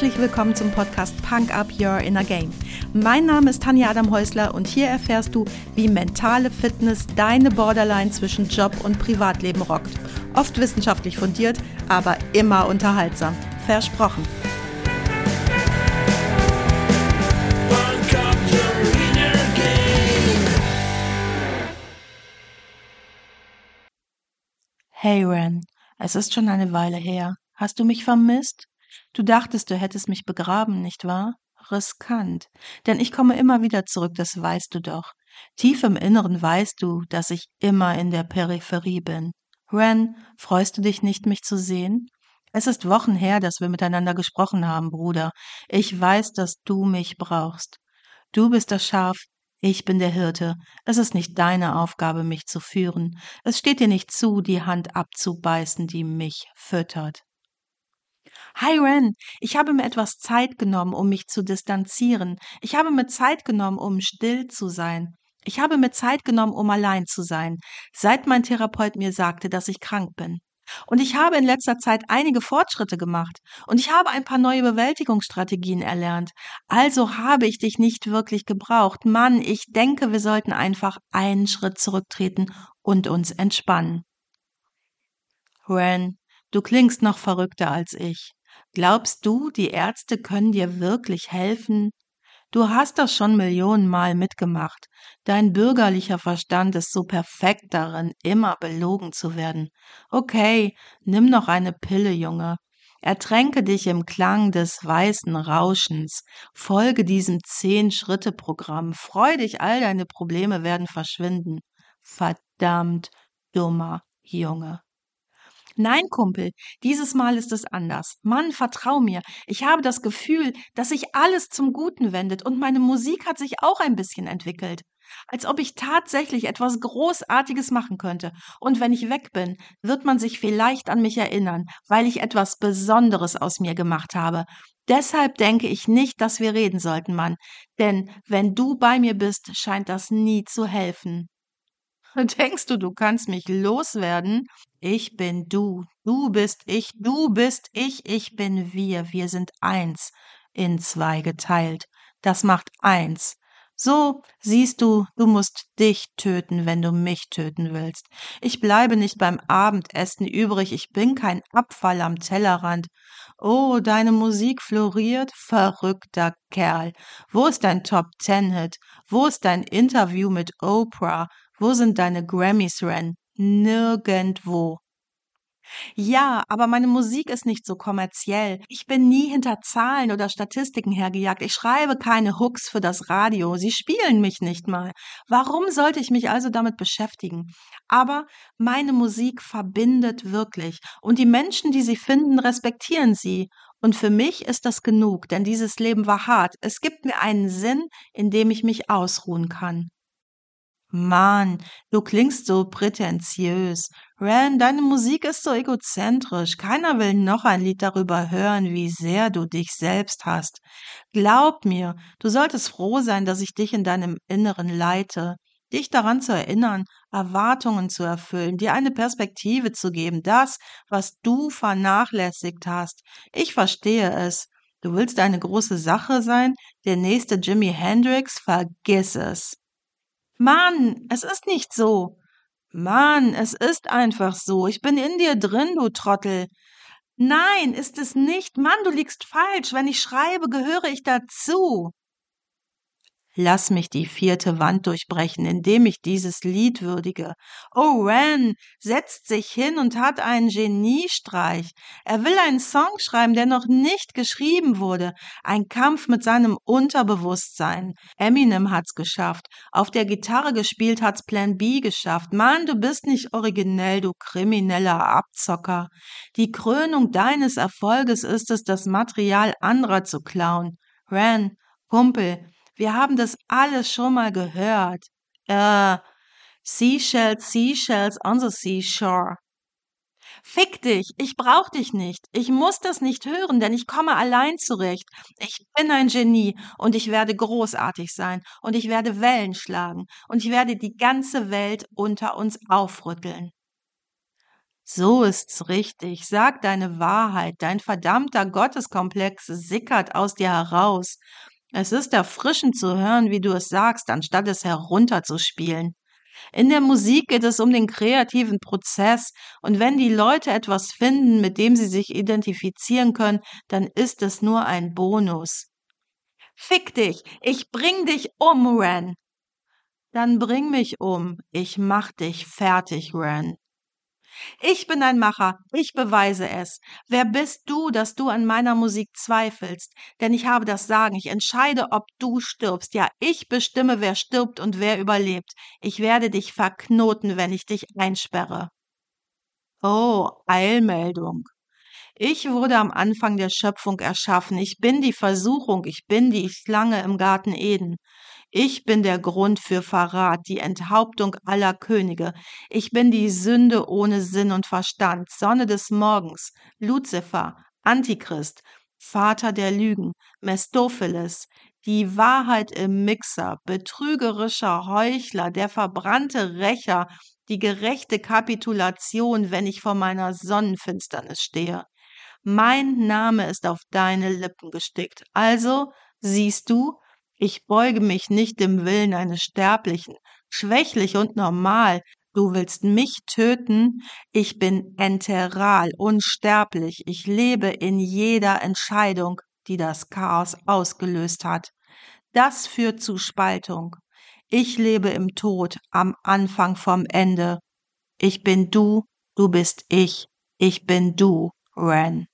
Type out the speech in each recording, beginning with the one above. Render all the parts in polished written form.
herzlich willkommen zum Podcast Punk Up Your Inner Game. Mein Name ist Tanja Adam-Häusler und hier erfährst du, wie mentale Fitness deine Borderline zwischen Job und Privatleben rockt. Oft wissenschaftlich fundiert, aber immer unterhaltsam. Versprochen. Hey Ren, es ist schon eine Weile her. Hast du mich vermisst? Du dachtest, du hättest mich begraben, nicht wahr? Riskant. Denn ich komme immer wieder zurück, das weißt du doch. Tief im Inneren weißt du, dass ich immer in der Peripherie bin. Ren, freust du dich nicht, mich zu sehen? Es ist Wochen her, dass wir miteinander gesprochen haben, Bruder. Ich weiß, dass du mich brauchst. Du bist das Schaf, ich bin der Hirte. Es ist nicht deine Aufgabe, mich zu führen. Es steht dir nicht zu, die Hand abzubeißen, die mich füttert. Hi Ren, ich habe mir etwas Zeit genommen, um mich zu distanzieren. Ich habe mir Zeit genommen, um still zu sein. Ich habe mir Zeit genommen, um allein zu sein, seit mein Therapeut mir sagte, dass ich krank bin. Und ich habe in letzter Zeit einige Fortschritte gemacht und ich habe ein paar neue Bewältigungsstrategien erlernt. Also habe ich dich nicht wirklich gebraucht. Mann, ich denke, wir sollten einfach einen Schritt zurücktreten und uns entspannen. Ren, du klingst noch verrückter als ich. Glaubst du, die Ärzte können dir wirklich helfen? Du hast das schon Millionenmal mitgemacht. Dein bürgerlicher Verstand ist so perfekt darin, immer belogen zu werden. Okay, nimm noch eine Pille, Junge. Ertränke dich im Klang des weißen Rauschens. Folge diesem 10-Schritte-Programm. Freu dich, all deine Probleme werden verschwinden. Verdammt dummer Junge. Nein, Kumpel, dieses Mal ist es anders. Mann, vertrau mir. Ich habe das Gefühl, dass sich alles zum Guten wendet und meine Musik hat sich auch ein bisschen entwickelt. Als ob ich tatsächlich etwas Großartiges machen könnte. Und wenn ich weg bin, wird man sich vielleicht an mich erinnern, weil ich etwas Besonderes aus mir gemacht habe. Deshalb denke ich nicht, dass wir reden sollten, Mann. Denn wenn du bei mir bist, scheint das nie zu helfen. Denkst du, du kannst mich loswerden? Ich bin du, du bist ich, du bist ich bin wir. Wir sind eins, in zwei geteilt. Das macht eins. So, siehst du, du musst dich töten, wenn du mich töten willst. Ich bleibe nicht beim Abendessen übrig, ich bin kein Abfall am Tellerrand. Oh, deine Musik floriert, verrückter Kerl. Wo ist dein Top-10-Hit? Wo ist dein Interview mit Oprah? Wo sind deine Grammys, Ren? Nirgendwo. Ja, aber meine Musik ist nicht so kommerziell. Ich bin nie hinter Zahlen oder Statistiken hergejagt. Ich schreibe keine Hooks für das Radio. Sie spielen mich nicht mal. Warum sollte ich mich also damit beschäftigen? Aber meine Musik verbindet wirklich. Und die Menschen, die sie finden, respektieren sie. Und für mich ist das genug, denn dieses Leben war hart. Es gibt mir einen Sinn, in dem ich mich ausruhen kann. Mann, du klingst so prätentiös. Ren, deine Musik ist so egozentrisch. Keiner will noch ein Lied darüber hören, wie sehr du dich selbst hast. Glaub mir, du solltest froh sein, dass ich dich in deinem Inneren leite. Dich daran zu erinnern, Erwartungen zu erfüllen, dir eine Perspektive zu geben, das, was du vernachlässigt hast. Ich verstehe es. Du willst eine große Sache sein, der nächste Jimi Hendrix? Vergiss es. Mann, es ist nicht so. Mann, es ist einfach so. Ich bin in dir drin, du Trottel. Nein, ist es nicht. Mann, du liegst falsch. Wenn ich schreibe, gehöre ich dazu. Lass mich die vierte Wand durchbrechen, indem ich dieses Lied würdige. Oh, Ren setzt sich hin und hat einen Geniestreich. Er will einen Song schreiben, der noch nicht geschrieben wurde. Ein Kampf mit seinem Unterbewusstsein. Eminem hat's geschafft. Auf der Gitarre gespielt hat's Plan B geschafft. Mann, du bist nicht originell, du krimineller Abzocker. Die Krönung deines Erfolges ist es, das Material anderer zu klauen. Ren, Kumpel, wir haben das alles schon mal gehört. Äh, Seashells, Seashells on the seashore. Fick dich, ich brauch dich nicht. Ich muss das nicht hören, denn ich komme allein zurecht. Ich bin ein Genie und ich werde großartig sein und ich werde Wellen schlagen und ich werde die ganze Welt unter uns aufrütteln. So ist's richtig. Sag deine Wahrheit. Dein verdammter Gotteskomplex sickert aus dir heraus. Es ist erfrischend zu hören, wie du es sagst, anstatt es herunterzuspielen. In der Musik geht es um den kreativen Prozess, und wenn die Leute etwas finden, mit dem sie sich identifizieren können, dann ist es nur ein Bonus. Fick dich! Ich bring dich um, Ren! Dann bring mich um. Ich mach dich fertig, Ren. Ich bin ein Macher, ich beweise es. Wer bist du, dass du an meiner Musik zweifelst? Denn ich habe das Sagen, ich entscheide, ob du stirbst. Ja, ich bestimme, wer stirbt und wer überlebt. Ich werde dich verknoten, wenn ich dich einsperre. Oh, Eilmeldung. Ich wurde am Anfang der Schöpfung erschaffen. Ich bin die Versuchung, ich bin die Schlange im Garten Eden. Ich bin der Grund für Verrat, die Enthauptung aller Könige. Ich bin die Sünde ohne Sinn und Verstand, Sonne des Morgens, Luzifer, Antichrist, Vater der Lügen, Mephistopheles, die Wahrheit im Mixer, betrügerischer Heuchler, der verbrannte Rächer, die gerechte Kapitulation, wenn ich vor meiner Sonnenfinsternis stehe. Mein Name ist auf deine Lippen gestickt. Also, siehst du, ich beuge mich nicht dem Willen eines Sterblichen, schwächlich und normal. Du willst mich töten? Ich bin enteral, unsterblich. Ich lebe in jeder Entscheidung, die das Chaos ausgelöst hat. Das führt zu Spaltung. Ich lebe im Tod, am Anfang vom Ende. Ich bin du, du bist ich bin du, Ren.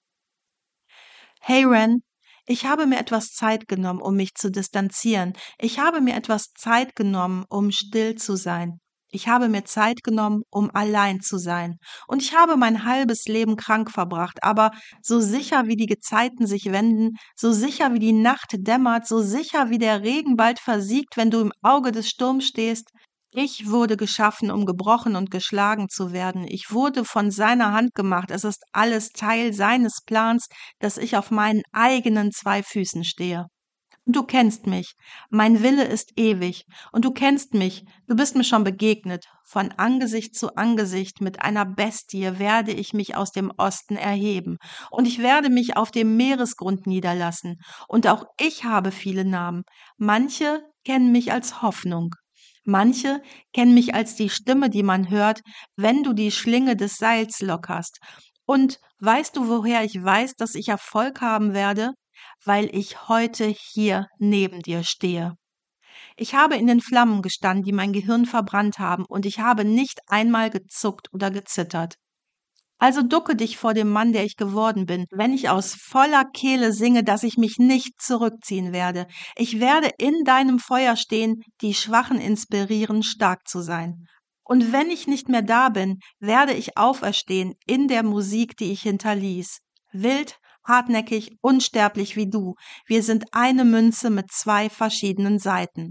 Hey Ren, ich habe mir etwas Zeit genommen, um mich zu distanzieren. Ich habe mir etwas Zeit genommen, um still zu sein. Ich habe mir Zeit genommen, um allein zu sein. Und ich habe mein halbes Leben krank verbracht. Aber so sicher wie die Gezeiten sich wenden, so sicher wie die Nacht dämmert, so sicher wie der Regen bald versiegt, wenn du im Auge des Sturms stehst, ich wurde geschaffen, um gebrochen und geschlagen zu werden. Ich wurde von seiner Hand gemacht. Es ist alles Teil seines Plans, dass ich auf meinen eigenen zwei Füßen stehe. Und du kennst mich. Mein Wille ist ewig. Und du kennst mich. Du bist mir schon begegnet. Von Angesicht zu Angesicht mit einer Bestie werde ich mich aus dem Osten erheben. Und ich werde mich auf dem Meeresgrund niederlassen. Und auch ich habe viele Namen. Manche kennen mich als Hoffnung. Manche kennen mich als die Stimme, die man hört, wenn du die Schlinge des Seils lockerst. Und weißt du, woher ich weiß, dass ich Erfolg haben werde? Weil ich heute hier neben dir stehe. Ich habe in den Flammen gestanden, die mein Gehirn verbrannt haben, und ich habe nicht einmal gezuckt oder gezittert. Also ducke dich vor dem Mann, der ich geworden bin, wenn ich aus voller Kehle singe, dass ich mich nicht zurückziehen werde. Ich werde in deinem Feuer stehen, die Schwachen inspirieren, stark zu sein. Und wenn ich nicht mehr da bin, werde ich auferstehen in der Musik, die ich hinterließ. Wild, hartnäckig, unsterblich wie du. Wir sind eine Münze mit zwei verschiedenen Seiten.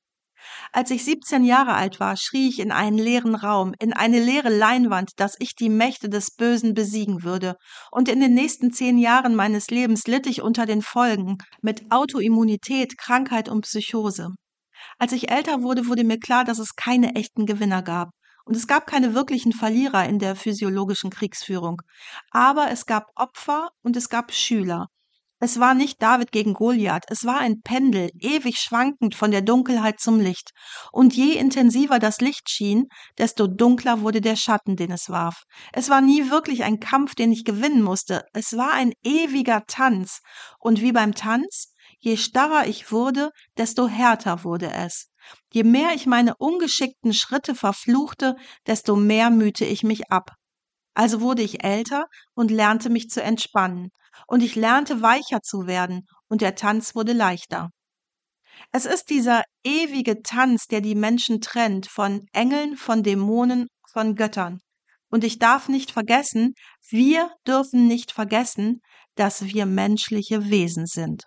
Als ich 17 Jahre alt war, schrie ich in einen leeren Raum, in eine leere Leinwand, dass ich die Mächte des Bösen besiegen würde. Und in den nächsten 10 Jahren meines Lebens litt ich unter den Folgen mit Autoimmunität, Krankheit und Psychose. Als ich älter wurde, wurde mir klar, dass es keine echten Gewinner gab. Und es gab keine wirklichen Verlierer in der physiologischen Kriegsführung. Aber es gab Opfer und es gab Schüler. Es war nicht David gegen Goliath, es war ein Pendel, ewig schwankend von der Dunkelheit zum Licht. Und je intensiver das Licht schien, desto dunkler wurde der Schatten, den es warf. Es war nie wirklich ein Kampf, den ich gewinnen musste. Es war ein ewiger Tanz. Und wie beim Tanz, je starrer ich wurde, desto härter wurde es. Je mehr ich meine ungeschickten Schritte verfluchte, desto mehr mühte ich mich ab. Also wurde ich älter und lernte mich zu entspannen. Und ich lernte weicher zu werden, und der Tanz wurde leichter. Es ist dieser ewige Tanz, der die Menschen trennt von Engeln, von Dämonen, von Göttern. Und ich darf nicht vergessen, wir dürfen nicht vergessen, dass wir menschliche Wesen sind.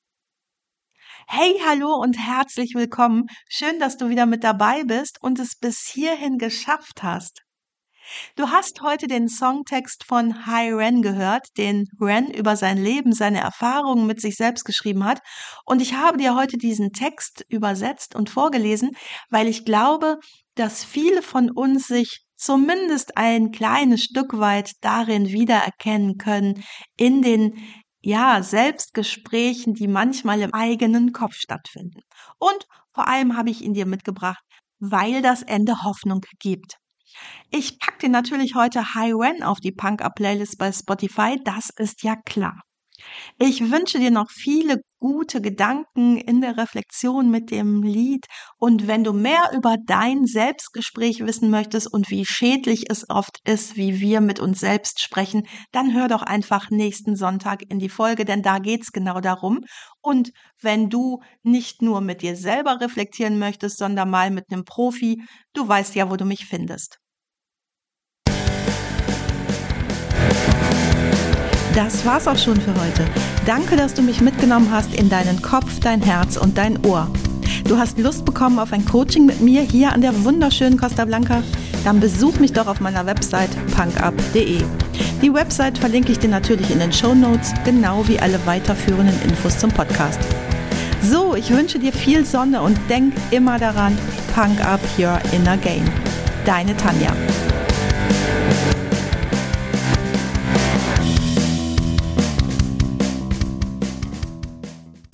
Hey, hallo und herzlich willkommen. Schön, dass du wieder mit dabei bist und es bis hierhin geschafft hast. Du hast heute den Songtext von Hi Ren gehört, den Ren über sein Leben, seine Erfahrungen mit sich selbst geschrieben hat. Und ich habe dir heute diesen Text übersetzt und vorgelesen, weil ich glaube, dass viele von uns sich zumindest ein kleines Stück weit darin wiedererkennen können, in den Selbstgesprächen, die manchmal im eigenen Kopf stattfinden. Und vor allem habe ich ihn dir mitgebracht, weil das Ende Hoffnung gibt. Ich packe dir natürlich heute High When auf die Punk-Up-Playlist bei Spotify, das ist ja klar. Ich wünsche dir noch viele gute Gedanken in der Reflexion mit dem Lied. Und wenn du mehr über dein Selbstgespräch wissen möchtest und wie schädlich es oft ist, wie wir mit uns selbst sprechen, dann hör doch einfach nächsten Sonntag in die Folge, denn da geht's genau darum. Und wenn du nicht nur mit dir selber reflektieren möchtest, sondern mal mit einem Profi, du weißt ja, wo du mich findest. Das war's auch schon für heute. Danke, dass du mich mitgenommen hast in deinen Kopf, dein Herz und dein Ohr. Du hast Lust bekommen auf ein Coaching mit mir hier an der wunderschönen Costa Blanca? Dann besuch mich doch auf meiner Website punkup.de. Die Website verlinke ich dir natürlich in den Shownotes, genau wie alle weiterführenden Infos zum Podcast. So, ich wünsche dir viel Sonne und denk immer daran, Punk up your inner game. Deine Tanja.